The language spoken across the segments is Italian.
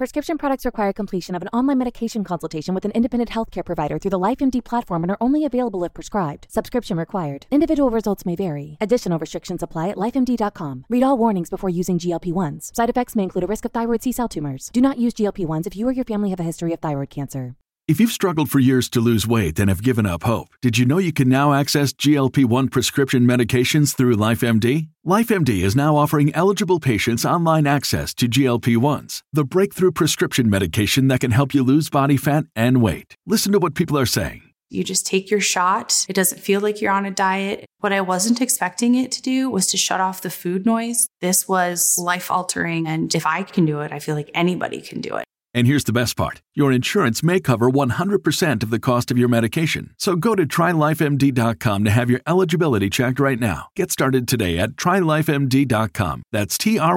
Prescription products require completion of an online medication consultation with an independent healthcare provider through the LifeMD platform and are only available if prescribed. Subscription required. Individual results may vary. Additional restrictions apply at lifemd.com. Read all warnings before using GLP-1s. Side effects may include a risk of thyroid C-cell tumors. Do not use GLP-1s if you or your family have a history of thyroid cancer. If you've struggled for years to lose weight and have given up hope, did you know you can now access GLP-1 prescription medications through LifeMD? LifeMD is now offering eligible patients online access to GLP-1s, the breakthrough prescription medication that can help you lose body fat and weight. Listen to what people are saying. You just take your shot. It doesn't feel like you're on a diet. What I wasn't expecting it to do was to shut off the food noise. This was life-altering, and if I can do it, I feel like anybody can do it. And here's the best part. Your insurance may cover 100% of the cost of your medication. So go to TryLifeMD.com to have your eligibility checked right now. Get started today at TryLifeMD.com. That's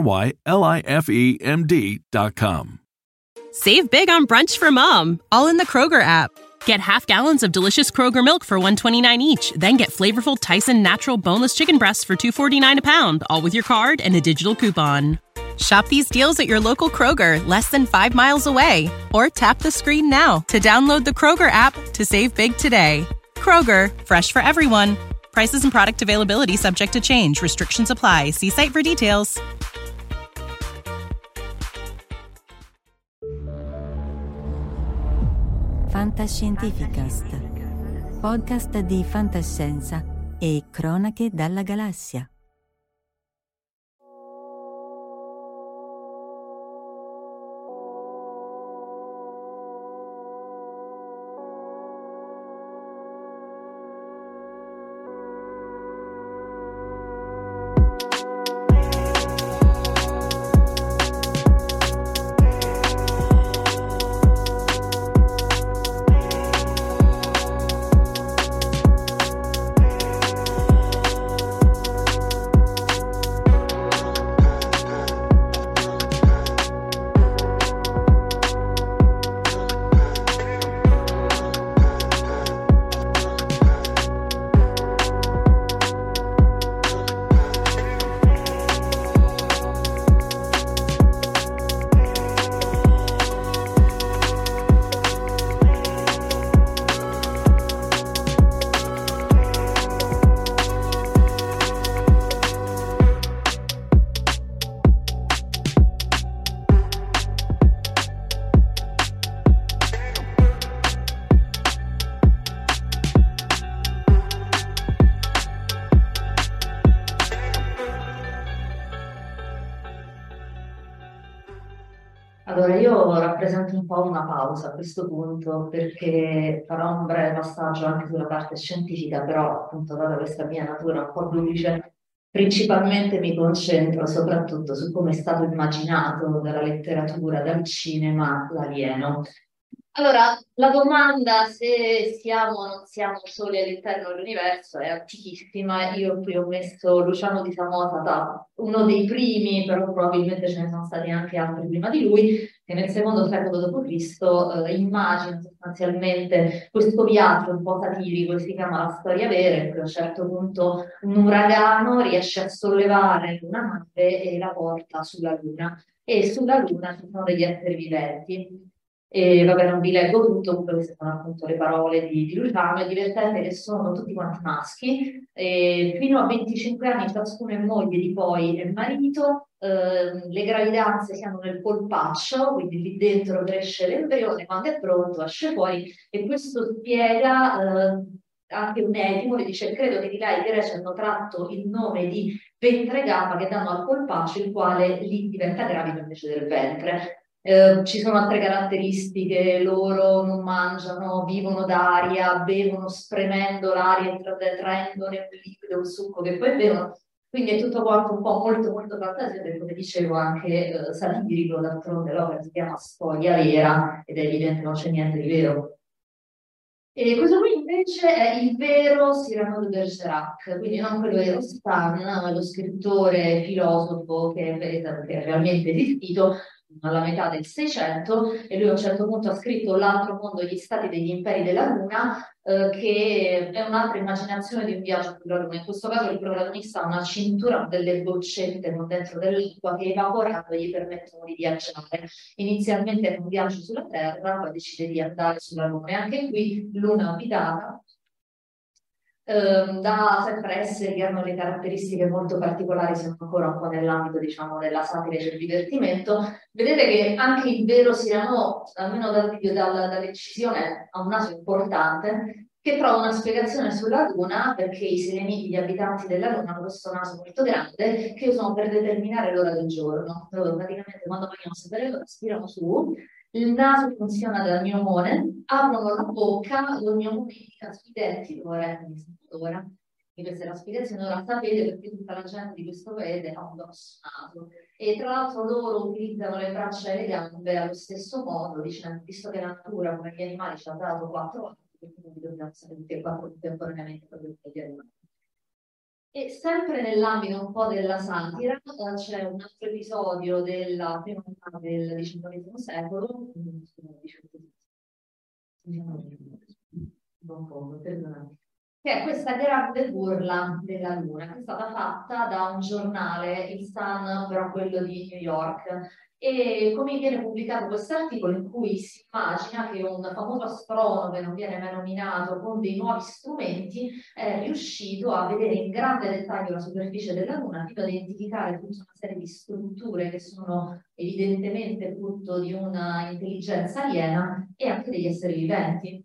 TryLifeMD.com. Save big on brunch for mom, all in the Kroger app. Get half gallons of delicious Kroger milk for $1.29 each. Then get flavorful Tyson natural boneless chicken breasts for $2.49 a pound, all with your card and a digital coupon. Shop these deals at your local Kroger, less than 5 miles away. Or tap the screen now to download the Kroger app to save big today. Kroger, fresh for everyone. Prices and product availability subject to change. Restrictions apply. See site for details. Fantascientificast, podcast di fantascienza e cronache dalla galassia. Allora, io rappresento un po' una pausa a questo punto perché farò un breve passaggio anche sulla parte scientifica, però appunto data questa mia natura un po' duplice, principalmente mi concentro soprattutto su come è stato immaginato dalla letteratura, dal cinema, l'alieno. Allora, la domanda se siamo o non siamo soli all'interno dell'universo è antichissima. Io qui ho messo Luciano di Samosata, uno dei primi, però probabilmente ce ne sono stati anche altri prima di lui, che nel secondo secolo d.C. Immagina sostanzialmente questo viaggio un po' satirico che si chiama La storia vera, in cui a un certo punto un uragano riesce a sollevare una nave e la porta sulla Luna. E sulla Luna ci sono degli esseri viventi. E vabbè, non vi leggo tutto, comunque queste sono appunto le parole di Luciano. È divertente che sono tutti quanti maschi, e fino a 25 anni ciascuno è moglie di poi è marito. Le gravidanze si hanno nel polpaccio, quindi lì dentro cresce l'embrione, quando è pronto esce fuori, e questo spiega anche un etimo che dice: credo che di là i greci hanno tratto il nome di ventre gamma che danno al polpaccio, il quale lì diventa gravido invece del ventre. Ci sono altre caratteristiche: loro non mangiano, vivono d'aria, bevono spremendo l'aria e traendone un liquido, un succo che poi bevono. Quindi è tutto quanto un po' molto molto fantasioso e, come dicevo, anche satirico. D'altronde l'opera si chiama Storia vera ed è evidente non c'è niente di vero. E questo qui invece è il vero Cyrano de Bergerac, quindi non quello di Rostan, lo scrittore filosofo che è realmente esistito alla metà del 600, e lui a un certo punto ha scritto L'altro mondo, gli stati degli imperi della Luna, che è un'altra immaginazione di un viaggio sulla Luna. In questo caso il protagonista ha una cintura, delle boccette con dentro dell'acqua che evaporando gli permettono di viaggiare. Inizialmente è un viaggio sulla Terra, poi decide di andare sulla Luna. E anche qui Luna abitata, da sempre esseri che hanno le caratteristiche molto particolari, siamo ancora un po' nell'ambito, diciamo, della satira e del divertimento. Vedete che anche il vero Cyrano, almeno dall'incisione, ha un naso importante, che trova una spiegazione sulla Luna, perché i sereniti, gli abitanti della Luna, hanno questo naso molto grande che usano per determinare l'ora del giorno. Loro praticamente quando vogliono sapere l'ora spirano su, il naso funziona da gnomone, aprono la bocca, lo gnomone indica sui denti l'ora, ora. E questa è la spiegazione, ora sapete perché tutta la gente di questo paese ha un grosso naso. E tra l'altro loro utilizzano le braccia e le gambe allo stesso modo, dicendo, visto che la natura, come gli animali, ci ha dato 4 arti, quindi dobbiamo sapere tutti e 4 contemporaneamente proprio per gli animali. E sempre nell'ambito un po' della satira, c'è un altro episodio della prima metà del XIX secolo, che è questa grande burla della Luna, che è stata fatta da un giornale, il Sun, però quello di New York. E come viene pubblicato questo articolo in cui si immagina che un famoso astronomo, che non viene mai nominato, con dei nuovi strumenti è riuscito a vedere in grande dettaglio la superficie della Luna, fino a identificare tutta una serie di strutture che sono evidentemente frutto di una intelligenza aliena e anche degli esseri viventi.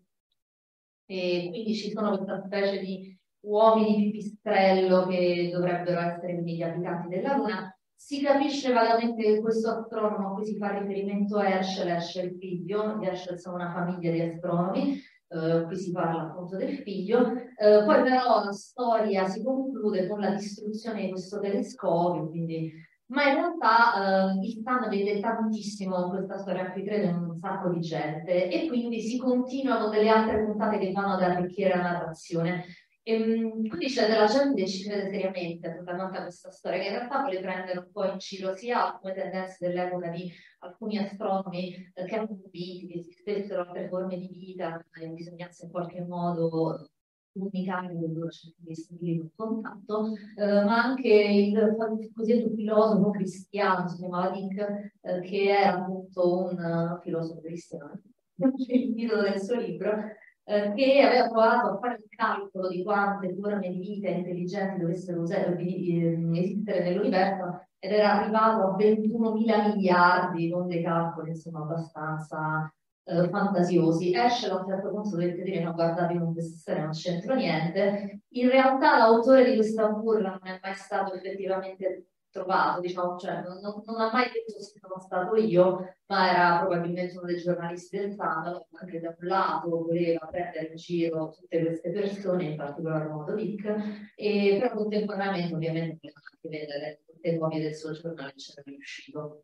E quindi ci sono questa specie di uomini pipistrello che dovrebbero essere quindi gli abitanti della Luna. Si capisce vagamente che questo astronomo a cui si fa riferimento a Herschel, il figlio, di Herschel sono una famiglia di astronomi, qui si parla appunto del figlio, poi però la storia si conclude con la distruzione di questo telescopio, quindi ma in realtà il Sun vede tantissimo questa storia, qui crede un sacco di gente, e quindi si continuano delle altre puntate che vanno ad arricchire la narrazione. Quindi c'è della gente che ci crede seriamente totalmente a questa storia, che in realtà vuole prendere un po' in giro sia alcune tendenze dell'epoca di alcuni astronomi che hanno convinti che esistessero altre forme di vita e bisognasse in qualche modo comunicare con loro, cercare di stabilire un contatto, ma anche il cosiddetto filosofo cristiano, si chiamava Dick, che era appunto un filosofo cristiano, il titolo del suo libro, che aveva provato a fare il calcolo di quante forme di vita intelligenti dovessero esistere nell'universo ed era arrivato a 21.000 miliardi, con dei calcoli insomma abbastanza fantasiosi. Herschel a un certo punto dovette dire no, guardate, io con questa storia non c'entro niente. In realtà l'autore di questa burla non è mai stato effettivamente trovato, diciamo, cioè non ha mai detto se sono stato io, ma era probabilmente uno dei giornalisti del Sun, anche da un lato voleva prendere in giro tutte queste persone, in particolar modo Dick, e però contemporaneamente ovviamente voleva anche vedere tutte le copie del suo giornale, c'era riuscito.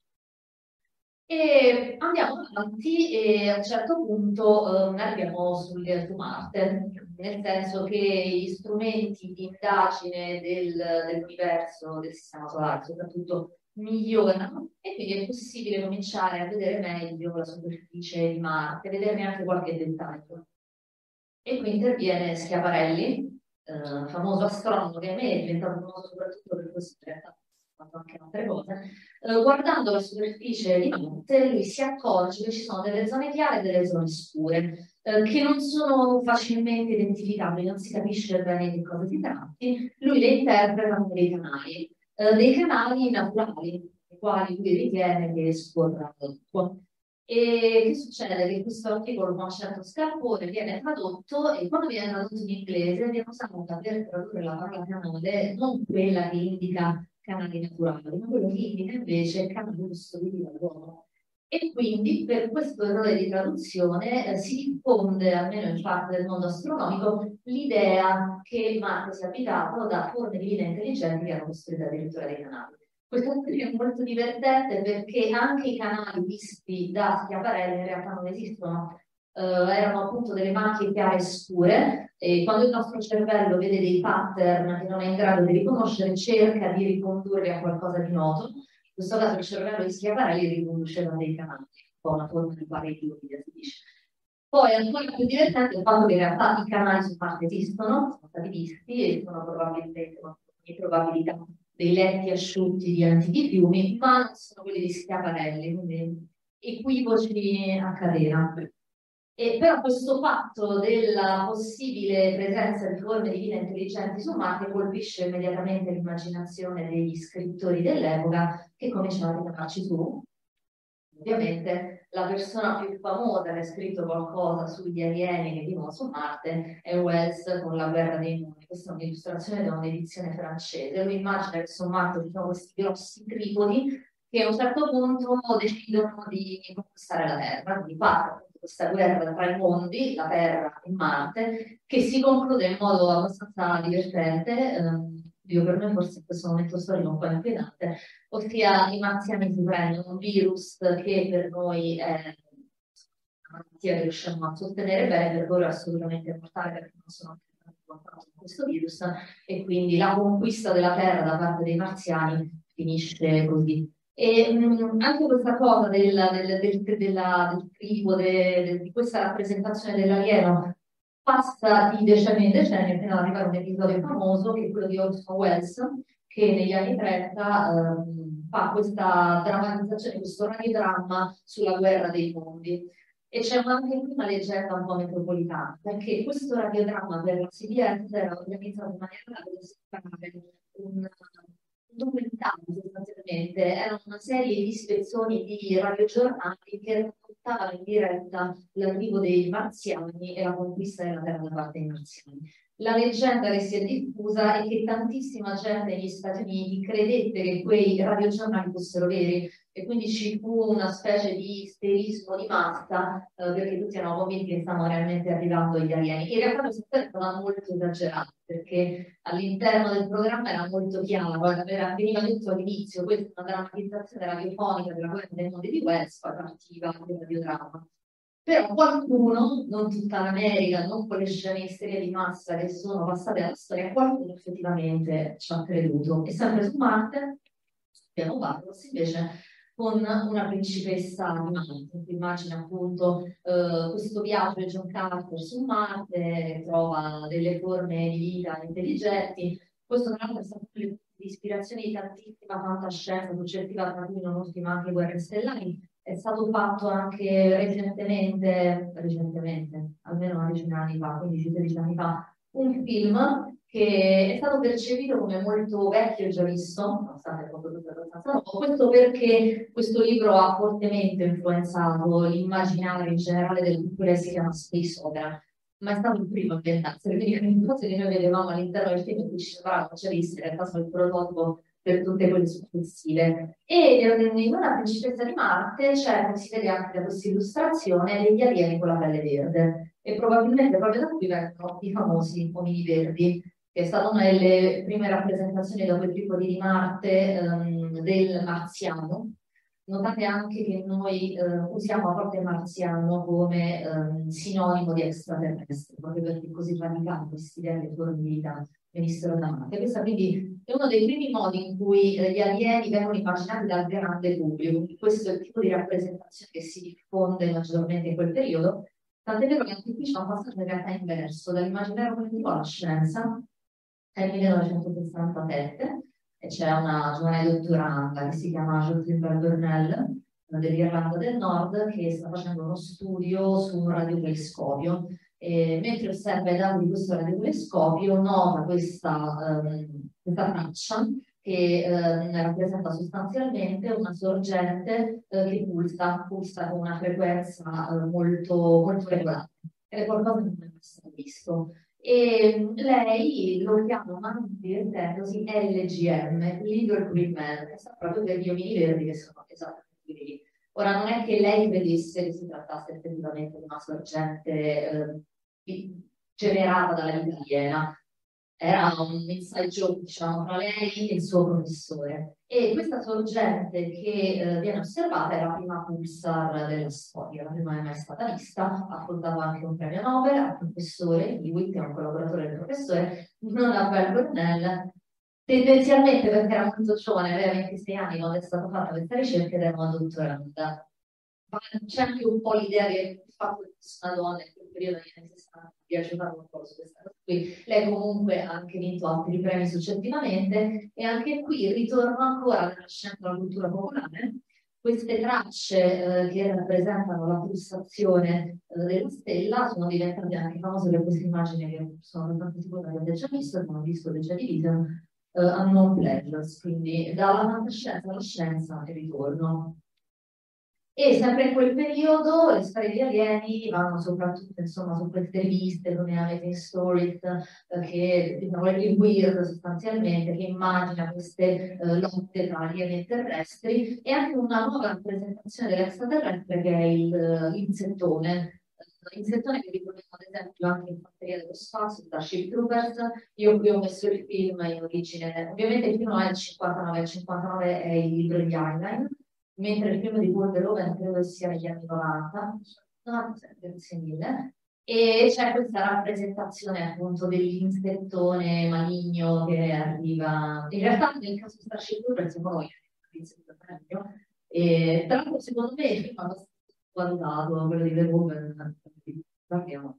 E andiamo avanti e a un certo punto arriviamo su Marte, nel senso che gli strumenti di indagine dell'universo, del sistema solare soprattutto, migliorano e quindi è possibile cominciare a vedere meglio la superficie di Marte, vederne anche qualche dettaglio. E qui interviene Schiaparelli, famoso astronomo che a me è diventato famoso soprattutto per questo, in realtà ha fatto anche altre cose. Guardando la superficie di Marte, lui si accorge che ci sono delle zone chiare e delle zone scure, che non sono facilmente identificabili, non si capisce bene di cosa si tratti. Lui le interpreta come dei canali naturali, nei quali lui ritiene che scorra l'acqua. E che succede? Che questo articolo con un certo scalpore viene tradotto e quando viene tradotto in inglese viene usato per tradurre la parola canale, non quella che indica canali naturali, ma quello che indica invece canale custoditi dall'uomo. E quindi per questo errore di traduzione si diffonde, almeno in parte del mondo astronomico, l'idea che Marte sia abitato da forme di vita intelligenti che hanno costruito addirittura dei canali. Questa storia è molto divertente perché anche i canali visti da Schiaparelli in realtà non esistono, erano appunto delle macchie chiare e scure, e quando il nostro cervello vede dei pattern che non è in grado di riconoscere, cerca di ricondurli a qualcosa di noto. In questo caso il cervello di Schiaparelli riconduceva dei canali, un po' una forma di paretidia, si dice. Poi ancora più divertente il fatto che in realtà i canali su Marte esistono, sono stati visti e sono probabilmente con ogni probabilità dei letti asciutti di antichi fiumi, ma non sono quelli di Schiaparelli, quindi equivoci a catena. E però questo fatto della possibile presenza di forme di vita intelligenti su Marte colpisce immediatamente l'immaginazione degli scrittori dell'epoca che cominciano a ritrovarci su. Ovviamente la persona più famosa che ha scritto qualcosa sugli alieni che vivono su Marte è Wells con La guerra dei mondi. Questa è un'illustrazione da un'edizione francese. Lui immagina che su Marte ci sono questi grossi tripodi che a un certo punto decidono di conquistare la Terra, di fare questa guerra tra i mondi, la Terra e Marte, che si conclude in modo abbastanza divertente. Io per me forse in questo momento storico un po' inquietante, ossia i marziani si prendono un virus che per noi è una malattia che riusciamo a sostenere bene, per loro è assolutamente mortale perché non sono ancora contato con questo virus e quindi la conquista della Terra da parte dei marziani finisce così. E anche questa cosa del tribo, di questa rappresentazione dell'alieno passa di decennio in decennio fino ad arrivare a un episodio famoso che è quello di Orson Welles, che negli anni 30 fa questa drammatizzazione, questo radiodramma sulla guerra dei mondi. E c'è anche qui una leggenda un po' metropolitana, perché questo radiodramma per la CBS era organizzato in maniera da poter separare un documentario sostanzialmente, era una serie di spezzoni di radiogiornali che raccontavano in diretta l'arrivo dei marziani e la conquista della Terra da parte dei marziani. La leggenda che si è diffusa è che tantissima gente negli Stati Uniti credette che quei radiogiornali fossero veri e quindi ci fu una specie di isterismo di massa perché tutti erano convinti che stavano realmente arrivando gli alieni. In realtà questa storia è stata molto esagerata perché all'interno del programma era molto chiaro, veniva detto all'inizio, questa è una drammatizzazione radiofonica della guerra dei mondi di Wells, poi partiva il radiodramma. Però qualcuno, non tutta l'America, non con le scienze di massa che sono passate alla storia, qualcuno effettivamente ci ha creduto. E sempre su Marte, piano Barros, invece, con una principessa di Marte, che immagina appunto questo viaggio di John Carter su Marte, trova delle forme di vita intelligenti. Questo tra l'altro è stato di ispirazione di tantissima fantascienza successiva, tra cui non ultima anche Guerre Stellari. È stato fatto anche recentemente, almeno una decina di anni fa, 15-16 anni fa, un film che è stato percepito come molto vecchio e già visto, nonostante il fatto tutto abbastanza nuovo, questo perché questo libro ha fortemente influenzato l'immaginario in generale del cultura che si chiama space opera, ma è stato il primo a inventarselo, quindi le cose che noi vedevamo all'interno del film in cui ci sembravano già viste, in realtà sono il prototipo per tutte quelle successive. E in una principessa di Marte c'è, come si vede anche da questa illustrazione, degli alieni con la pelle verde. E probabilmente proprio da qui vengono i famosi omini verdi, che è stata una delle prime rappresentazioni da quel tipo di Marte del marziano. Notate anche che noi usiamo a volte il marziano come sinonimo di extraterrestre, proprio perché così radicati questi idee di forme di vita venissero da Marte. Questo quindi è uno dei primi modi in cui gli alieni vengono immaginati dal grande pubblico. Questo è il tipo di rappresentazione che si diffonde maggiormente in quel periodo. Tant'è vero che anche qui c'è un passaggio in realtà inverso, dall'immaginario collettivo alla scienza, è il 1967, e c'è una giovane dottoranda che si chiama Jocelyn Burnell dell'Irlanda del Nord che sta facendo uno studio su un radiotelescopio e mentre osserva i dati di questo radiotelescopio nota questa traccia che rappresenta sostanzialmente una sorgente che pulsa con una frequenza molto, molto regolare. Ed è qualcosa che non è mai stato visto. E lei lo chiama divertendosi LGM, Little Green Man, che sta proprio per gli omini verdi che sono esattamente quelli. Ora, non è che lei credesse che si trattasse effettivamente di una sorgente generata dalla vita aliena, era un inside joke, diciamo, tra lei e il suo professore. E questa sorgente che viene osservata è la prima pulsar della storia, la prima è mai stata vista, ha fondato anche un premio Nobel al professore Hewitt, che è un collaboratore del professore, non a Bell Burnell, tendenzialmente perché era molto giovane, aveva 26 anni quando è stata fatta questa ricerca ed era una dottoranda. c'è anche un po' l'idea che il fatto che fosse una donna in quel periodo negli anni 60 piace fare un po' su questa cosa qui. Lei comunque ha anche vinto altri premi successivamente e anche qui ritorno ancora nella scena della cultura popolare. Queste tracce che rappresentano la pulsazione della stella sono diventate anche famose per queste immagini che sono abbastanza sicura che avete già visto, che hanno visto The Jedi Division, Unknown Pleasures, quindi dalla fantascienza alla scienza e ritorno. E sempre in quel periodo le storie di alieni vanno soprattutto insomma, su queste riviste come Amazing Stories, che diciamo il weird sostanzialmente, che immagina queste lotte tra alieni e terrestri, e anche una nuova rappresentazione dell'extraterrestre che è l'insettone. L'insettone che ritroviamo ad esempio anche in Fattoria dello Spazio, da Starship Troopers. Io qui ho messo il film in origine, ovviamente il film è il 59 è il libro di Heinlein, mentre il film di Verhoeven credo sia negli anni 90, grazie mille, e c'è questa rappresentazione appunto dell'insettone maligno che arriva, in realtà nel caso di Starship Troopers siamo noi, e tra l'altro secondo me il film è abbastanza valutato, quello di Verhoeven, parliamo.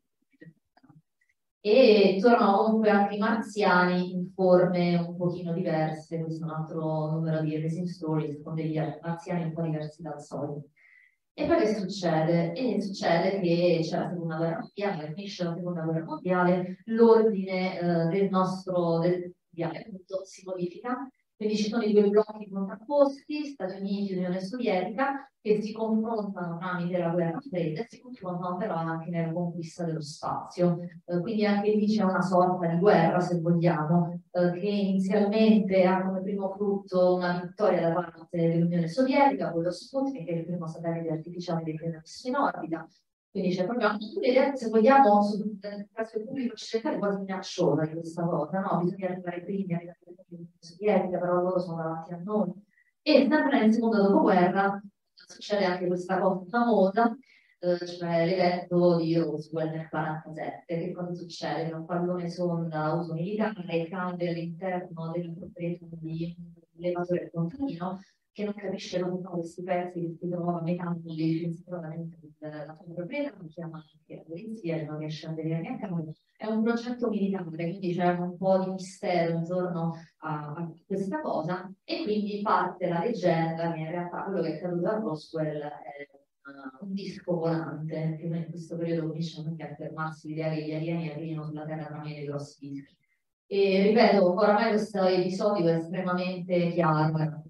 E tornano comunque anche i marziani in forme un pochino diverse. Questo è un altro numero di Amazing Stories con degli marziani un po' diversi dal solito. E poi che succede? E succede che c'è la seconda guerra mondiale, finisce la seconda guerra mondiale, l'ordine del nostro mondiale appunto si modifica. Quindi ci sono i due blocchi contrapposti, Stati Uniti e Unione Sovietica, che si confrontano tramite la guerra fredda e si confrontano però anche nella conquista dello spazio. Quindi anche lì c'è una sorta di guerra, se vogliamo, che inizialmente ha come primo frutto una vittoria da parte dell'Unione Sovietica con lo Sputnik, che è il primo satellite artificiale che viene messo in orbita. Quindi c'è proprio anche un'idea, se vogliamo, presso il pubblico occidentale quasi minacciosa di questa cosa, no? Bisogna arrivare ai primi, arrivare all'Unione Sovietica, però loro sono davanti a noi. E sempre nel secondo dopoguerra succede anche questa cosa famosa, cioè l'evento di Roswell nel 1947. Che cosa succede? Che un pallone sonda a uso militare cade all'interno della proprietà di un elevatore contadino che non capisce dove sono questi pezzi che si trovano nei campi principalmente della sua proprietà, lo chiama anche la polizia e non riesce a vedere neanche a noi. È un progetto militare, quindi c'è un po' di mistero intorno a questa cosa e quindi parte la leggenda che in realtà quello che è accaduto a Roswell è un disco volante, che in questo periodo comincia anche a fermarsi l'idea che gli alieni arrivino sulla Terra tramite dei grossi dischi. E ripeto, oramai questo episodio è estremamente chiaro,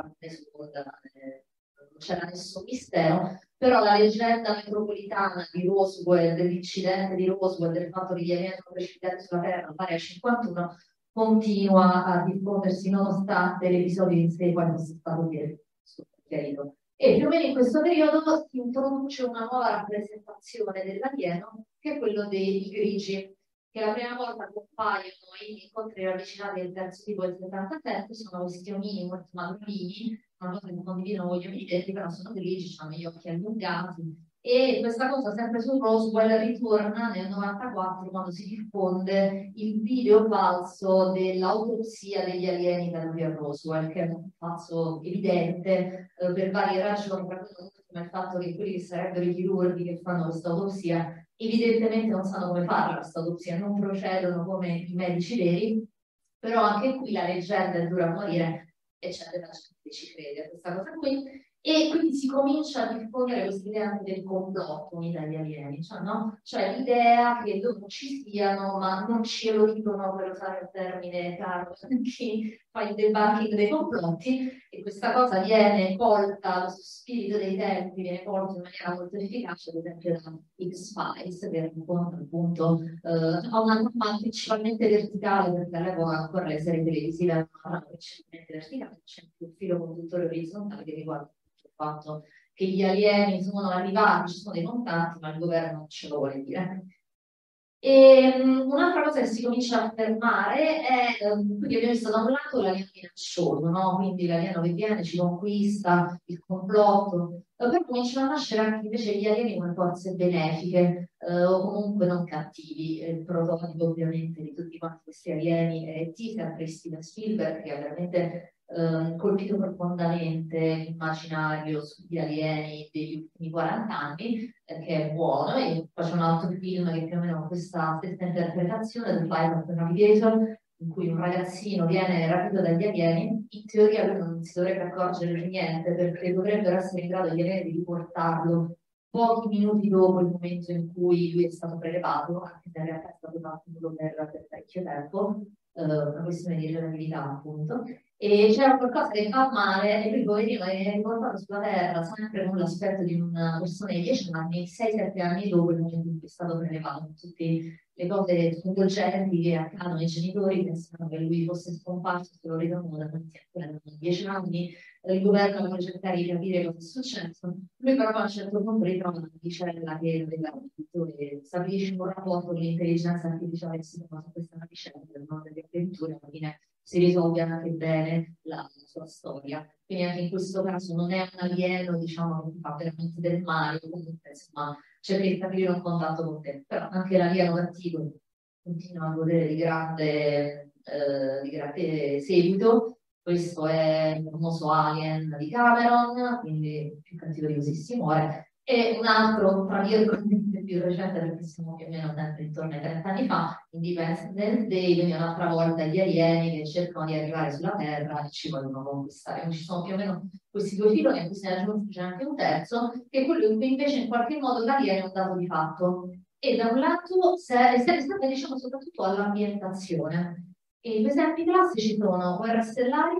non c'era nessun mistero, però la leggenda metropolitana di Roswell, dell'incidente di Roswell, del fatto che gli alieni sono precipitati sulla Terra al 51, continua a diffondersi nonostante l'episodio in sé poi non sia stato chiarito. E più o meno in questo periodo si introduce una nuova rappresentazione dell'alieno, che è quello dei grigi, che la prima volta compaiono in incontri ravvicinati del terzo tipo del 77, sono questi omini molto magrolini, una cosa che condividono con gli omini detti, però sono grigi, hanno gli occhi allungati, e questa cosa sempre su Roswell ritorna nel 94 quando si diffonde il video falso dell'autopsia degli alieni caduti a Roswell, che è un falso evidente per varie ragioni, come il fatto che quelli che sarebbero i chirurghi che fanno questa autopsia evidentemente non sanno come fare questa autopsia, non procedono come i medici veri, però anche qui la leggenda è dura a morire e c'è della gente che ci crede a questa cosa qui. E quindi si comincia a diffondere questa idea anche del complotto dagli alieni, cioè, no? Cioè l'idea che loro ci siano, ma non ce lo dicono per usare un termine caro, chi fa il debunking dei complotti, e questa cosa viene colta, lo spirito dei tempi viene colto in maniera molto efficace, ad esempio da X-Files, che racconta appunto ha una norma principalmente verticale, perché all'epoca ancora le serie televisive hanno una norma principalmente verticale, c'è un filo conduttore orizzontale che riguarda fatto che gli alieni sono arrivati, ci sono dei contatti, ma il governo non ce lo vuole dire. E un'altra cosa che si comincia a affermare è, quindi abbiamo visto da un lato l'alieno minaccioso, no? Quindi l'alieno che viene, ci conquista, il complotto, poi cominciano a nascere anche invece gli alieni come forze benefiche, o comunque non cattivi. Il prototipo ovviamente di tutti quanti questi alieni è T, sempre Steven Spielberg, che ha veramente colpito profondamente l'immaginario sugli alieni degli ultimi 40 anni, che è buono, e faccio un altro film che più o meno ha questa stessa interpretazione, The Flight of the Navigator, in cui un ragazzino viene rapito dagli alieni. In teoria lui non si dovrebbe accorgere di niente, perché dovrebbero essere in grado gli alieni di riportarlo pochi minuti dopo il momento in cui lui è stato prelevato, anche se in realtà è stato fatto per parecchio tempo, una questione di relatività appunto, e c'era qualcosa che fa male e lui poverino è riportato sulla Terra sempre con l'aspetto di una persona di 10 anni, 6-7 anni dopo il momento in cui è stato prelevato. Tutte le cose sconvolgenti che accadono ai genitori pensano che lui fosse scomparso, se lo ritornano da ancora 10 anni, il governo vuole cercare di capire cosa è successo. Lui però a un certo punto ritrova una vicenda che aveva avuto e stabilisce un rapporto con l'intelligenza artificiale che si trova su questa vicenda, non delle avventure, alla fine si risolve anche bene la sua storia. Quindi anche in questo caso non è un alieno, diciamo, che ti fa veramente del male, comunque insomma cerca di stabilire un contatto con te. Però anche l'alieno cattivo continua a godere di grande seguito. Questo è il famoso Alien di Cameron, quindi più cattivo di così si muore. E un altro, tra virgolette, più recente, perché siamo più o meno sempre intorno ai 30 anni fa, Independence Day, quindi un'altra volta gli alieni che cercano di arrivare sulla Terra e ci vogliono conquistare. Quindi ci sono più o meno questi due filoni, a cui se ne aggiunge anche un terzo, che è quello in cui invece in qualche modo l'alieno è un dato di fatto. E da un lato serve diciamo soprattutto all'ambientazione. E gli esempi classici sono Guerre Stellari,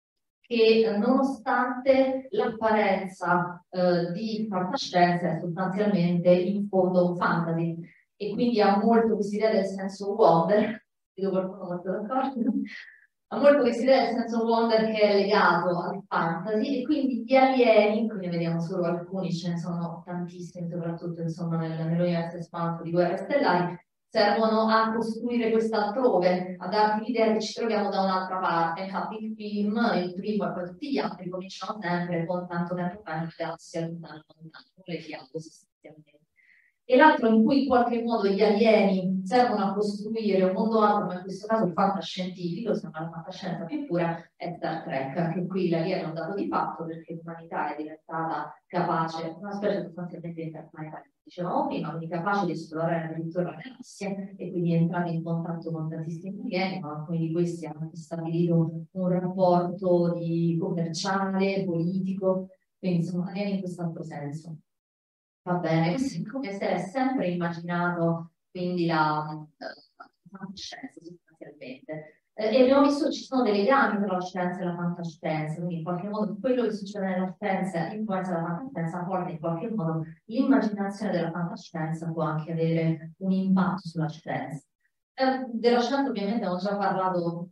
che nonostante l'apparenza di fantascienza è sostanzialmente in fondo un fantasy, e quindi ha molto questa idea del senso wonder, vedo qualcuno molto d'accordo, ha molto questa idea del senso wonder che è legato al fantasy, e quindi gli alieni, qui ne vediamo solo alcuni, ce ne sono tantissimi, soprattutto insomma nell'universo espanso di Guerre Stellari, servono a costruire quest'altrove, a darti l'idea che ci troviamo da un'altra parte. Infatti il film, il primo e poi tutti gli altri, cominciano sempre con tanto tempo fa in una galassia lontana, con le fiabe sostanzialmente. E l'altro in cui in qualche modo gli alieni servono a costruire un mondo altro, ma in questo caso il fantascientifico, sembra la fantascienza più pura, è Star Trek. Anche qui l'alieno è un dato di fatto, perché l'umanità è diventata capace, una specie sostanzialmente interplanetaria, dicevamo prima, quindi capace di esplorare addirittura la galassia, e quindi entrare in contatto con tantissimi alieni, ma alcuni di questi hanno stabilito un rapporto commerciale, politico, quindi insomma alieni in quest'altro senso. Va bene, questo è come se è sempre immaginato quindi la fantascienza sostanzialmente. E abbiamo visto che ci sono dei legami tra la scienza e la fantascienza, quindi in qualche modo quello che succede nella scienza influenza la fantascienza, porta in qualche modo l'immaginazione della fantascienza può anche avere un impatto sulla scienza. Della scienza ovviamente ho già parlato,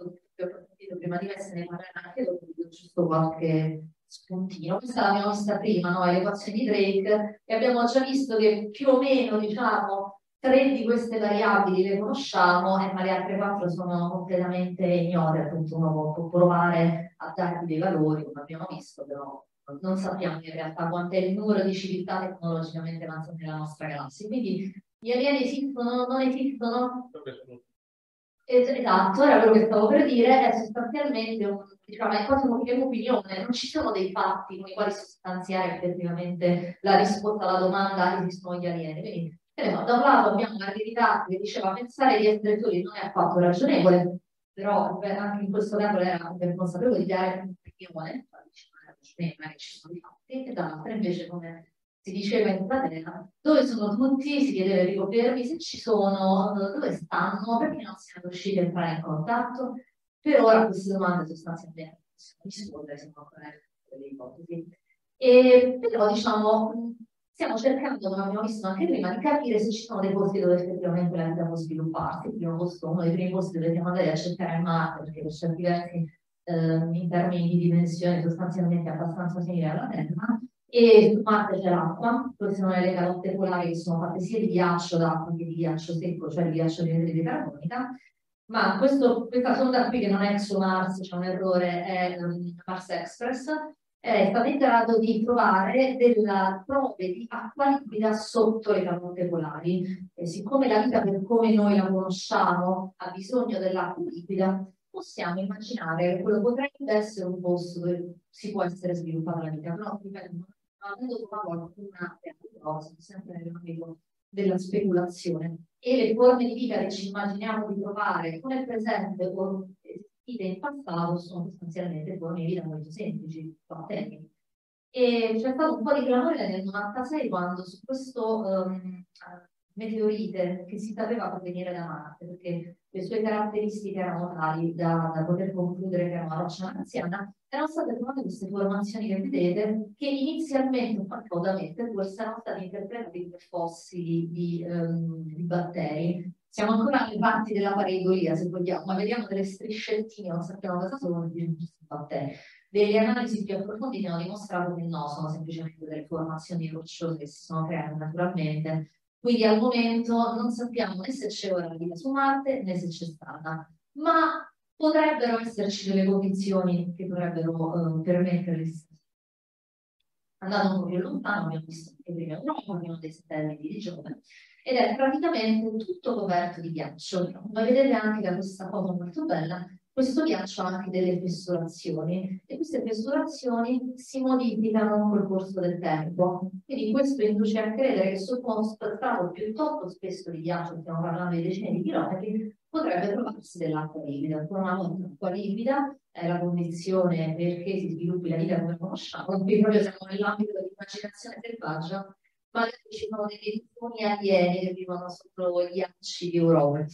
prima di me se ne parlerà anche dopo, giusto qualche spuntino. Questa l'abbiamo vista prima, no? Le equazioni di Drake, e abbiamo già visto che più o meno, diciamo, 3 di queste variabili le conosciamo, ma le altre 4 sono completamente ignote. Appunto, uno può provare a dargli dei valori, come abbiamo visto, però non sappiamo in realtà quanto è il numero di civiltà tecnologicamente avanzate nella nostra galassia. Quindi gli alieni esistono, non esistono? Esatto, era quello che stavo per dire, è sostanzialmente diciamo, è quasi un'opinione, non ci sono dei fatti con i quali sostanziare effettivamente la risposta alla domanda esistono gli alieni. Quindi, da un lato abbiamo una verità che diceva pensare di essere soli non è affatto ragionevole, però anche in questo caso era ben consapevole di dare un'opinione, non è che ci sono i fatti, e dall'altra invece come si diceva in platea, dove sono tutti, si chiedeva di coprirmi, se ci sono, dove stanno, perché non siamo riusciti a entrare in contatto. Per ora queste domande sostanzialmente possono rispondere, siamo ancora delle ipotesi. E però diciamo, stiamo cercando, come abbiamo visto anche prima, di capire se ci sono dei posti dove effettivamente la vita può svilupparsi. Il primo posto, uno dei primi posti dove siamo andati a cercare è Marte, perché per certi versi in termini di dimensioni sostanzialmente abbastanza simili alla Terra. E su Marte c'è l'acqua, queste sono le calotte polari che sono fatte sia di ghiaccio d'acqua che di ghiaccio secco, cioè di ghiaccio di anidride carbonica. Ma questa sonda qui, che non è ExoMars, c'è un errore, è Mars Express, è stata in grado di trovare delle prove di acqua liquida sotto le calotte polari. E siccome la vita per come noi la conosciamo ha bisogno dell'acqua liquida, possiamo immaginare che quello potrebbe essere un posto dove si può essere sviluppata la vita, però ripeto, non avendo trovato alcuna cosa, sempre nell'ambito della speculazione. E le forme di vita che ci immaginiamo di trovare con il presente o esistite in passato sono sostanzialmente forme di vita molto semplici, tecniche. E c'è stato un po' di clamore nel 96 quando su questo meteorite che si sapeva provenire da Marte, perché le sue caratteristiche erano tali da poter concludere che era una roccia marziana, erano state trovate queste formazioni che vedete, che inizialmente, un po' cautamente, forse erano stati interpretati come fossili di batteri. Siamo ancora alle parti della pareidolia, se vogliamo, ma vediamo delle striscettine, non sappiamo cosa sono, di batteri. Delle analisi più approfondite hanno dimostrato che no, sono semplicemente delle formazioni rocciose che si sono create naturalmente. Quindi al momento non sappiamo né se c'è ora vita su Marte né se c'è stata, ma potrebbero esserci delle condizioni che dovrebbero permettere l'esistenza. Andando un po' più lontano, abbiamo visto che prima Europa, abbiamo dei satelliti di Giove, ed è praticamente tutto coperto di ghiaccio. Come vedete anche da questa foto molto bella, questo ghiaccio ha anche delle fessurazioni e queste fessurazioni si modificano col corso del tempo. Quindi questo induce a credere che sotto uno strato piuttosto spesso di ghiaccio, stiamo parlando di decine di chilometri, potrebbe trovarsi dell'acqua liquida. Ancora una volta l'acqua liquida è la condizione perché si sviluppi la vita come conosciamo, qui proprio siamo nell'ambito dell'immaginazione selvaggia, magari ci sono dei rifugni alieni che vivono sotto gli ghiacci di Europa.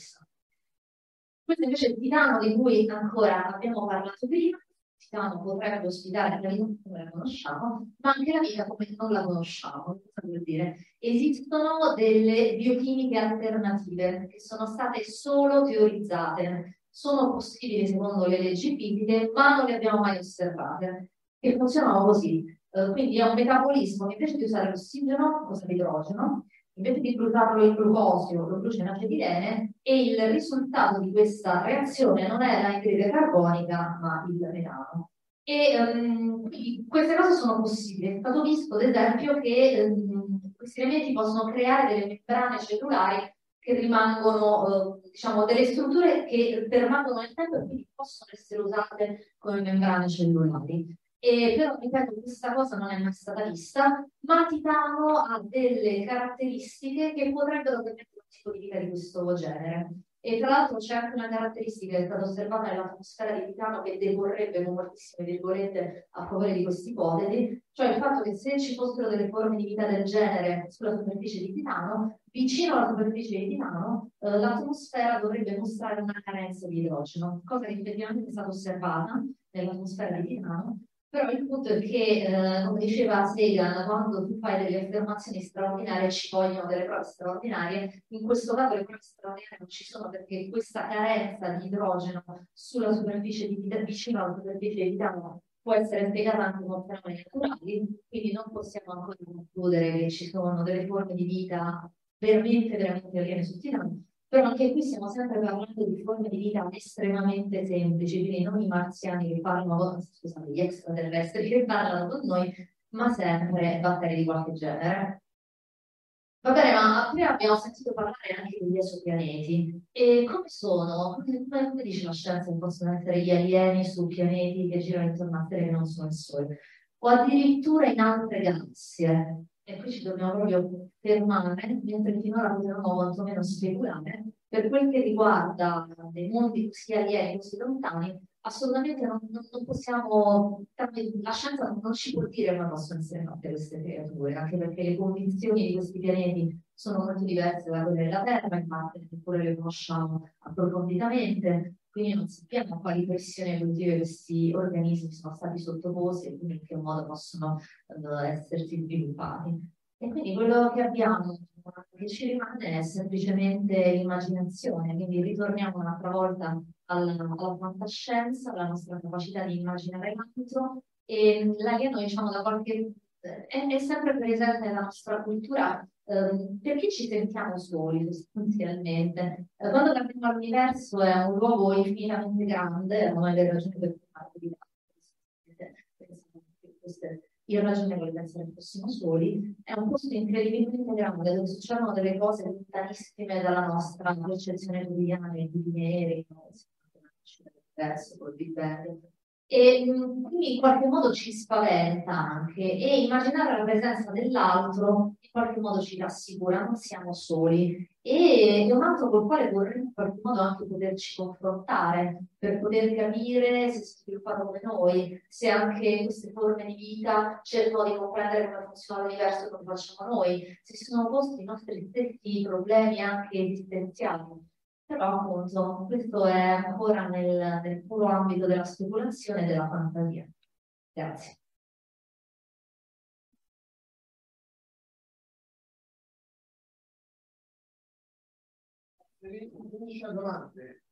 Questo invece è il Titano di cui ancora abbiamo parlato prima. Il Titano potrebbe ospitare la vita come la conosciamo, ma anche la vita come non la conosciamo. Cosa vuol dire? Esistono delle biochimiche alternative che sono state solo teorizzate, sono possibili secondo le leggi fisiche, ma non le abbiamo mai osservate, che funzionano così. Quindi è un metabolismo che invece di usare l'ossigeno usa l'idrogeno, invece di bruciarlo il glucosio lo brucia in acetilene e il risultato di questa reazione non è l'anidride carbonica ma il metano. E quindi queste cose sono possibili. È stato visto ad esempio che questi elementi possono creare delle membrane cellulari che rimangono, diciamo, delle strutture che permangono nel tempo e quindi possono essere usate come membrane cellulari. Però, ripeto, questa cosa non è mai stata vista, ma Titano ha delle caratteristiche che potrebbero permettere un tipo di vita di questo genere. E tra l'altro c'è anche una caratteristica che è stata osservata nell'atmosfera di Titano che deporrebbe con moltissime virgolette a favore di questa ipotesi, cioè il fatto che se ci fossero delle forme di vita del genere sulla superficie di Titano, vicino alla superficie di Titano, l'atmosfera dovrebbe mostrare una carenza di idrogeno, cosa che effettivamente è stata osservata nell'atmosfera di Titano. Però il punto è che, come diceva Sagan, quando tu fai delle affermazioni straordinarie ci vogliono delle prove straordinarie, in questo caso le prove straordinarie non ci sono perché questa carenza di idrogeno sulla superficie di Titano, vicino alla superficie di Titano, può essere spiegata anche con fenomeni naturali, quindi non possiamo ancora concludere che ci sono delle forme di vita veramente aliene su Titano. Però anche qui stiamo sempre parlando di forme di vita estremamente semplici, quindi non i marziani che parlano, scusate, gli extraterrestri che parlano con noi, ma sempre batteri di qualche genere. Va bene, ma prima abbiamo sentito parlare anche degli esopianeti. E come sono? Come dice la scienza che possono essere gli alieni su pianeti che girano intorno a Terra che non sono il Sole? O addirittura in altre galassie? E qui ci dobbiamo proprio fermare, mentre finora potevamo quantomeno speculare, per quel che riguarda dei mondi così alieni, così lontani, assolutamente non possiamo, la scienza non ci può dire come possono essere fatte queste creature, anche perché le condizioni di questi pianeti sono molto diverse da quelle della Terra, infatti neppure le conosciamo approfonditamente, quindi non sappiamo a quali pressioni evolutive questi organismi sono stati sottoposti e quindi in che modo possono essersi sviluppati. E quindi quello che abbiamo, che ci rimane è semplicemente l'immaginazione, quindi ritorniamo un'altra volta alla fantascienza, alla nostra capacità di immaginare l'altro e l'alieno, diciamo, da qualche è sempre presente nella nostra cultura perché ci sentiamo soli sostanzialmente. Quando guardiamo all'universo è un luogo infinitamente grande, è una delle ragioni per cui parlo di questo è irragionevole pensare che fossimo soli, è un posto incredibilmente grande dove succedono delle cose lontanissime dalla nostra percezione quotidiana di neri, verso col Big Bang. E quindi in qualche modo ci spaventa anche, e immaginare la presenza dell'altro in qualche modo ci rassicura, non siamo soli. E è un altro col quale vorremmo in qualche modo anche poterci confrontare per poter capire se si sviluppano come noi, se anche queste forme di vita cercano di comprendere come funzionano diverso da come facciamo noi, se si sono posti i nostri stessi problemi anche esistenziali. Però appunto questo è ancora nel puro ambito della speculazione e della fantasia. Grazie. Domande.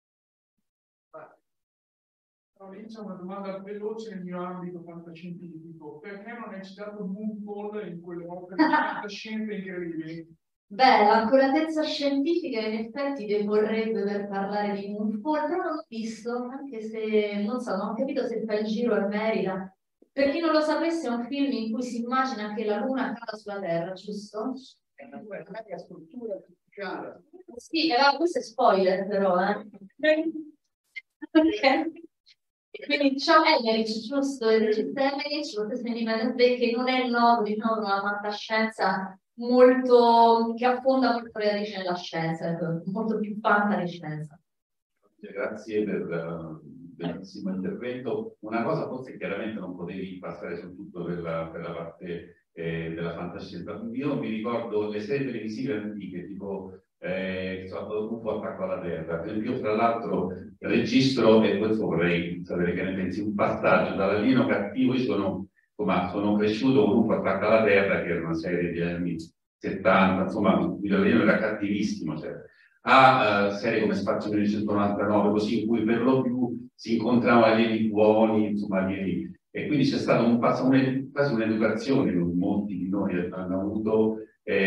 C'è una domanda veloce nel mio ambito fantascientifico. Perché non è citato Moonfall in quelle opere di fantascienza incredibili? Beh, l'accuratezza scientifica in effetti deporrebbe per parlare di Moonfall, però non l'ho visto, anche se non so, non ho capito se fa il giro e merita. Per chi non lo sapesse, è un film in cui si immagina che la Luna cada sulla Terra, giusto? È una mega struttura artificiale. Sì, questo è spoiler però, Ok. Quindi ciò è Emmerich, giusto? Il regista Emmerich, lo stesso di Medvedev, che non è noto, diciamo, una fantascienza molto che affonda molto le radici nella scienza, molto più fantascienza. Grazie per il bellissimo intervento. Una cosa forse chiaramente non potevi passare su tutto per la parte della fantascienza. Io mi ricordo le serie televisive antiche, tipo UFO Attacco alla Terra. Per esempio, io tra l'altro registro, e questo vorrei sapere che ne pensi, un passaggio dall'Alieno Cattivo. Io sono cresciuto con UFO Attacco alla Terra, che era una serie di anni 70, insomma, l'Alieno era cattivissimo, cioè, a serie come Spazio 1999, così, in cui per lo più si incontravano alieni buoni, insomma, alieni. E quindi c'è stata quasi un'educazione che molti di noi hanno avuto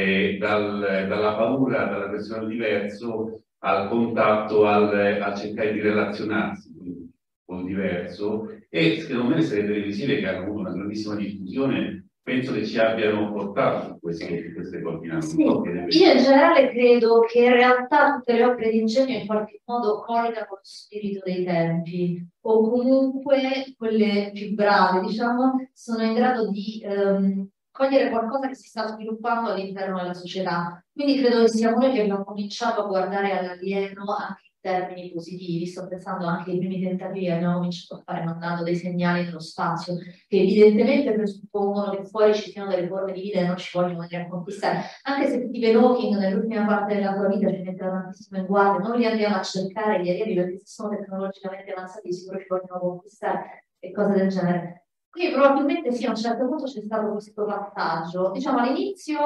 dalla paura, dalla persona diverso, al contatto, al cercare di relazionarsi con il diverso. E secondo me le serie televisive, che hanno avuto una grandissima diffusione, penso che ci abbiano portato su queste coordinate. Sì, io in generale credo che in realtà tutte le opere di ingegno in qualche modo collegano lo spirito dei tempi, o comunque quelle più brave, diciamo, sono in grado di cogliere qualcosa che si sta sviluppando all'interno della società. Quindi credo che sia noi che abbiamo cominciato a guardare all'alieno anche in termini positivi. Sto pensando anche ai primi tentativi che abbiamo cominciato a fare mandando dei segnali nello spazio, che evidentemente presuppongono che fuori ci siano delle forme di vita e non ci vogliono venire a conquistare. Anche se Stephen Hawking nell'ultima parte della sua vita ci metteva tantissimo in guardia, non li andiamo a cercare gli alieni perché se sono tecnologicamente avanzati sicuro ci vogliono conquistare e cose del genere. Quindi probabilmente sì, a un certo punto c'è stato questo passaggio. Diciamo all'inizio,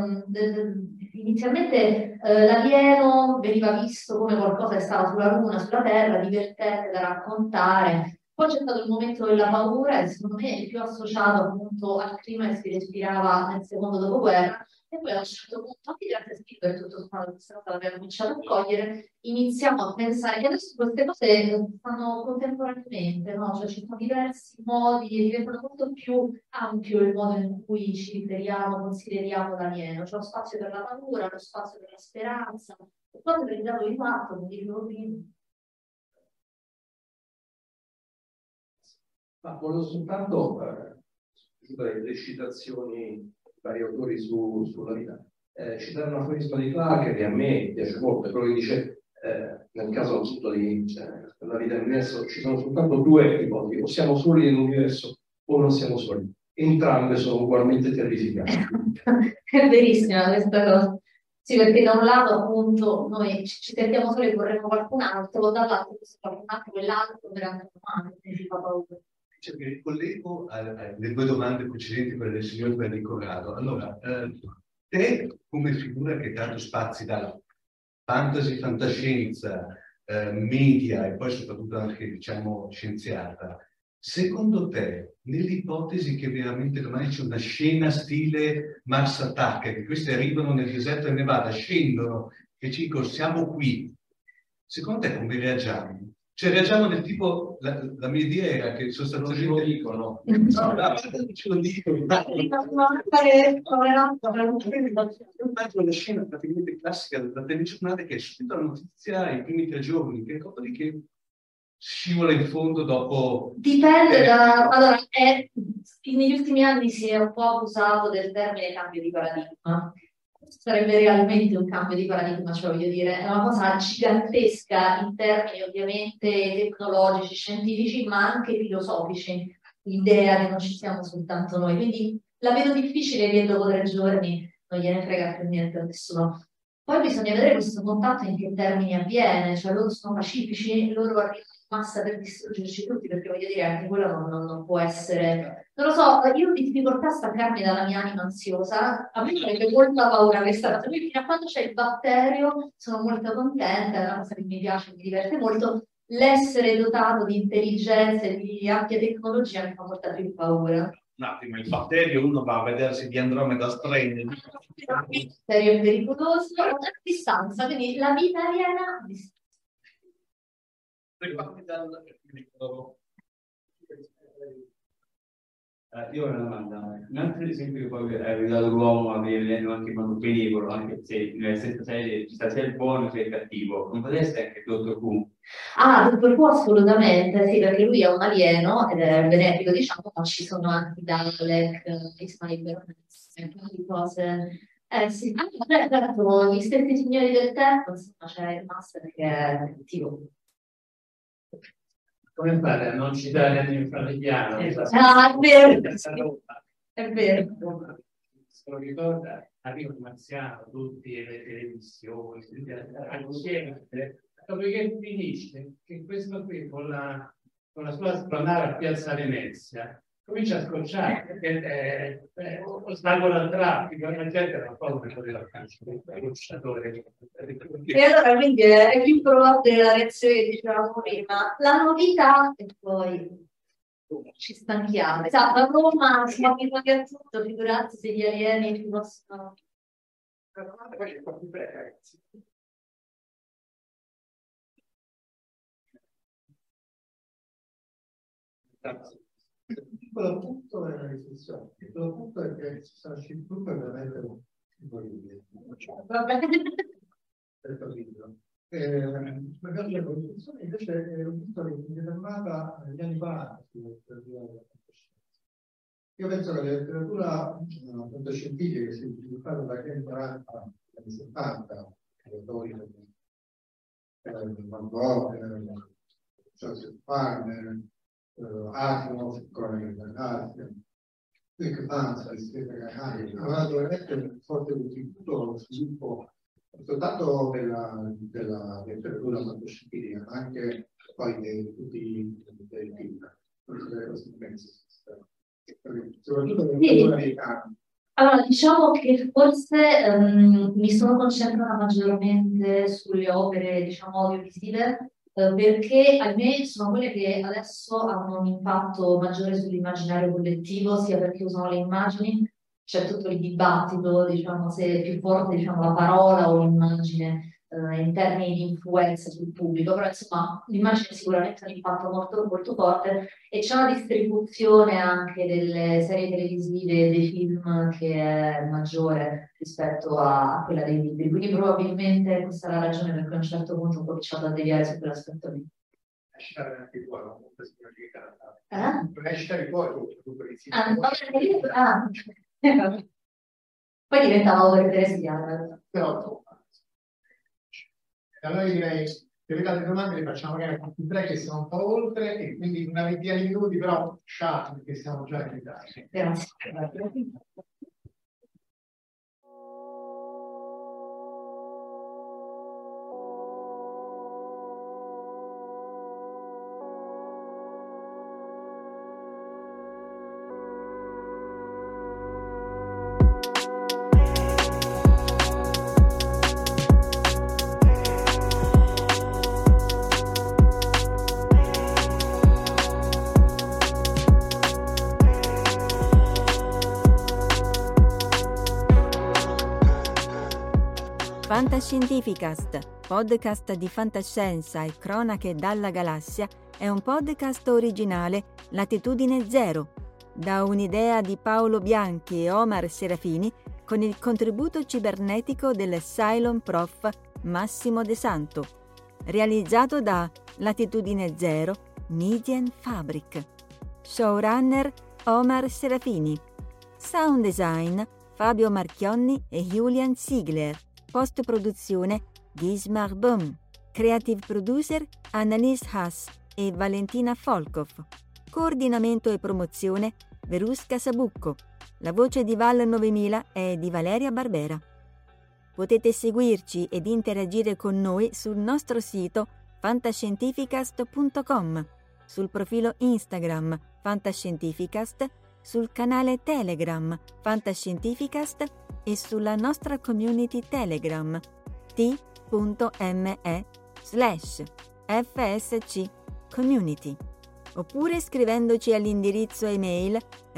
inizialmente l'alieno veniva visto come qualcosa che stava sulla Luna, sulla Terra, divertente da raccontare. Poi c'è stato il momento della paura e secondo me è più associato appunto al clima che si respirava nel secondo dopoguerra. E poi a un certo punto, anche grazie a Spielberg, tutto sommato, questa cosa l'abbiamo cominciato a cogliere, iniziamo a pensare che adesso queste cose stanno contemporaneamente, no? Cioè ci sono diversi modi e diventano molto più ampio il modo in cui ci riferiamo, consideriamo l'alieno. C'è lo spazio per la paura, lo spazio per la speranza, lo spazio per il dato di fatto, come dicevo prima. Ma volevo soltanto le citazioni vari autori sulla vita. Citare un aforisma di Clarke che a me piace molto, è quello che dice nel caso appunto della vita nell'universo ci sono soltanto due ipotesi, o siamo soli nell'universo o non siamo soli. Entrambe sono ugualmente terrificanti. È verissima questa cosa. Sì, perché da un lato appunto noi ci sentiamo soli e vorremmo qualcun altro, dall'altro se qualcun altro quell'altro veramente umano, quindi ci fa paura. Cioè, mi ricollego alle due domande precedenti, quelle del signor Benny Corrado. Allora, te come figura che tanto spazi dalla fantasy, fantascienza, media e poi soprattutto anche, diciamo, scienziata, secondo te, nell'ipotesi che veramente domani c'è una scena stile Mars Attack, che questi arrivano nel deserto del Nevada, scendono e ci dicono siamo qui, secondo te come reagiamo? Cioè reagiamo del tipo, la mia idea era che sostanzialmente... Non ce lo dicono. Ce lo dicono. La scena praticamente classica della telegiornale che è subito la notizia i primi 3 giorni, che dopodiché scivola in fondo dopo... Dipende allora, negli ultimi anni si è un po' abusato del termine cambio di paradigma. Sarebbe realmente un cambio di paradigma, cioè voglio dire, è una cosa gigantesca in termini ovviamente tecnologici, scientifici, ma anche filosofici, l'idea che non ci siamo soltanto noi. Quindi la vedo difficile che dopo 3 giorni non gliene frega più niente a nessuno. Poi bisogna vedere questo contatto in che termini avviene, cioè loro sono pacifici, loro arrivano in massa per distruggerci tutti, perché voglio dire, anche quello non può essere... Non lo so, io ho difficoltà a staccarmi dalla mia anima ansiosa, a me farebbe molta paura questa cosa, quindi fino a quando c'è il batterio sono molto contenta, è una cosa che mi piace, mi diverte molto, l'essere dotato di intelligenza e di ampia tecnologia mi fa molta più paura. Un attimo, il batterio uno va a vedersi di Andromeda Strain. Il batterio è pericoloso a distanza, quindi la vita aliena a distanza. Io ho una domanda. Un altro esempio che poi ha aiutato l'uomo a vedere anche quando pericolo, anche se nella stessa serie ci sta sia il buono sia il cattivo, non potreste anche il Dottor Who? Dottor Who assolutamente, sì, perché lui è un alieno ed è benefico, diciamo, ma ci sono anche i Dalek, i Cybernetic, un po' di cose. Sì, gli stessi signori del tempo, insomma, c'è il Master che è tipo. Come fate a non citare Anni Flaviano? È vero. È vero. Se lo ricorda, arriva il marziano, tutte le televisioni, dopodiché finisce che questo qui con la sua spronare a Piazza Venezia comincia a scocciare perché ostacola al traffico, la gente non può vedere la calcio, e allora quindi è più probabile la reazione che dicevamo prima, la novità e poi ci stanchiamo. Esatto, a Roma siamo abituati a tutto, figurati se gli alieni ci possono... Il piccolo punto è una riflessione, il piccolo punto è che il scientifico è veramente impossibile. Magari la riflessione invece è un punto che mi è fermata negli anni 40 per via della fantascienza. Io penso che la letteratura fantascientifica che si è sviluppata dagli anni 40 agli anni 70, autori Van Gogh, Joseph Farmer, Asimov, Cronache della Galassia, Rick Manson, Stephen Hawking, hanno dato veramente un forte contributo allo sviluppo soltanto della letteratura fantascientifica, ma anche poi di tutti i film. Soprattutto nel letteratura americana. Allora, diciamo che forse mi sono concentrata maggiormente sulle opere, diciamo, audiovisive, perché ahimè sono quelle che adesso hanno un impatto maggiore sull'immaginario collettivo, sia perché usano le immagini, c'è tutto il dibattito, diciamo, se è più forte, diciamo, la parola o l'immagine in termini di influenza sul pubblico, però insomma l'immagine sicuramente ha un impatto molto, molto forte e c'è una distribuzione anche delle serie televisive e dei film che è maggiore rispetto a quella dei libri, quindi probabilmente questa è la ragione per cui a un certo punto ho cominciato a deviare su quell'aspetto lì. Citare anche qua, no? Non citare fuori poi diventava opere teresiane. Però allora io direi che le altre domande le facciamo magari a tutti 3 che siamo un po' oltre e quindi una ventina di minuti, però sciati perché siamo già in ritardo. Grazie. Fantascientificast, podcast di fantascienza e cronache dalla galassia, è un podcast originale Latitudine Zero, da un'idea di Paolo Bianchi e Omar Serafini con il contributo cibernetico del Cylon Prof Massimo De Santo. realizzato da Latitudine Zero Media and Fabric. Showrunner Omar Serafini. Sound design Fabio Marchionni e Julian Ziegler. Post-produzione Gismar Böhm. Creative producer Annalise Haas e Valentina Folkov. Coordinamento e promozione Verusca Sabucco. La voce di Val 9000 è di Valeria Barbera. Potete seguirci ed interagire con noi sul nostro sito fantascientificast.com, sul profilo Instagram Fantascientificast, sul canale Telegram Fantascientificast e sulla nostra community Telegram t.me/FSC Community, oppure scrivendoci all'indirizzo email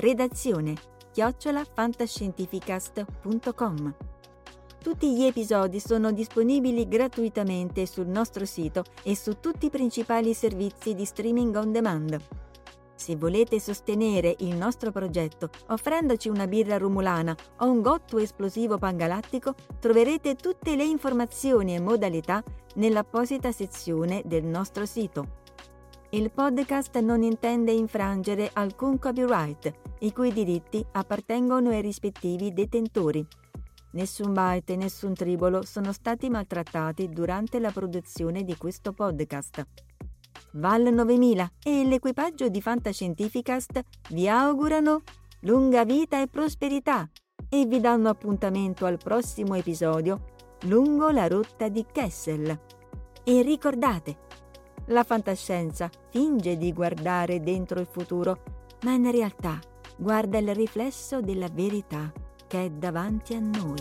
redazione@fantascientificast.com. Tutti gli episodi sono disponibili gratuitamente sul nostro sito e su tutti i principali servizi di streaming on demand. Se volete sostenere il nostro progetto offrendoci una birra rumulana o un gotto esplosivo pangalattico, troverete tutte le informazioni e modalità nell'apposita sezione del nostro sito. Il podcast non intende infrangere alcun copyright, i cui diritti appartengono ai rispettivi detentori. Nessun byte e nessun tribolo sono stati maltrattati durante la produzione di questo podcast. Val 9000 e l'equipaggio di Fantascientificast vi augurano lunga vita e prosperità e vi danno appuntamento al prossimo episodio lungo la rotta di Kessel. E ricordate, la fantascienza finge di guardare dentro il futuro, ma in realtà guarda il riflesso della verità che è davanti a noi.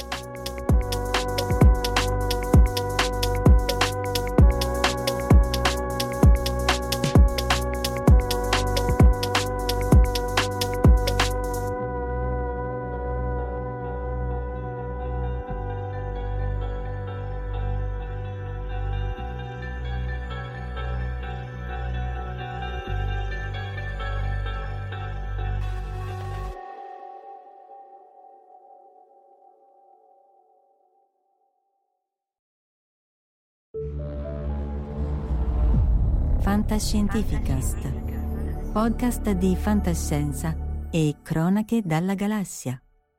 Fantascientificast, podcast di fantascienza e cronache dalla galassia.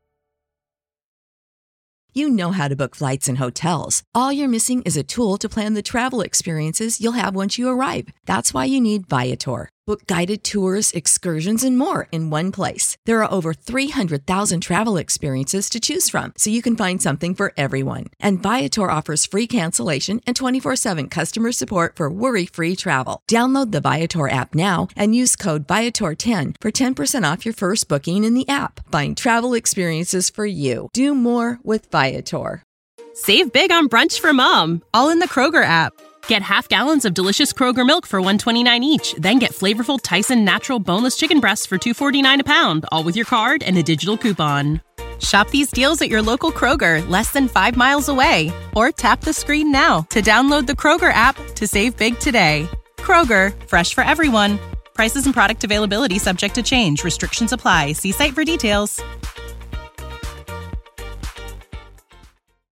You know how to book flights and hotels. All you're missing is a tool to plan the travel experiences you'll have once you arrive. That's why you need Viator. Book guided tours, excursions, and more in one place. There are over 300,000 travel experiences to choose from, so you can find something for everyone. And Viator offers free cancellation and 24/7 customer support for worry-free travel. Download the Viator app now and use code Viator10 for 10% off your first booking in the app. Find travel experiences for you. Do more with Viator. Save big on brunch for mom, all in the Kroger app. Get half gallons of delicious Kroger milk for $1.29 each. Then get flavorful Tyson natural boneless chicken breasts for $2.49 a pound, all with your card and a digital coupon. Shop these deals at your local Kroger, less than 5 miles away. Or tap the screen now to download the Kroger app to save big today. Kroger, fresh for everyone. Prices and product availability subject to change. Restrictions apply. See site for details.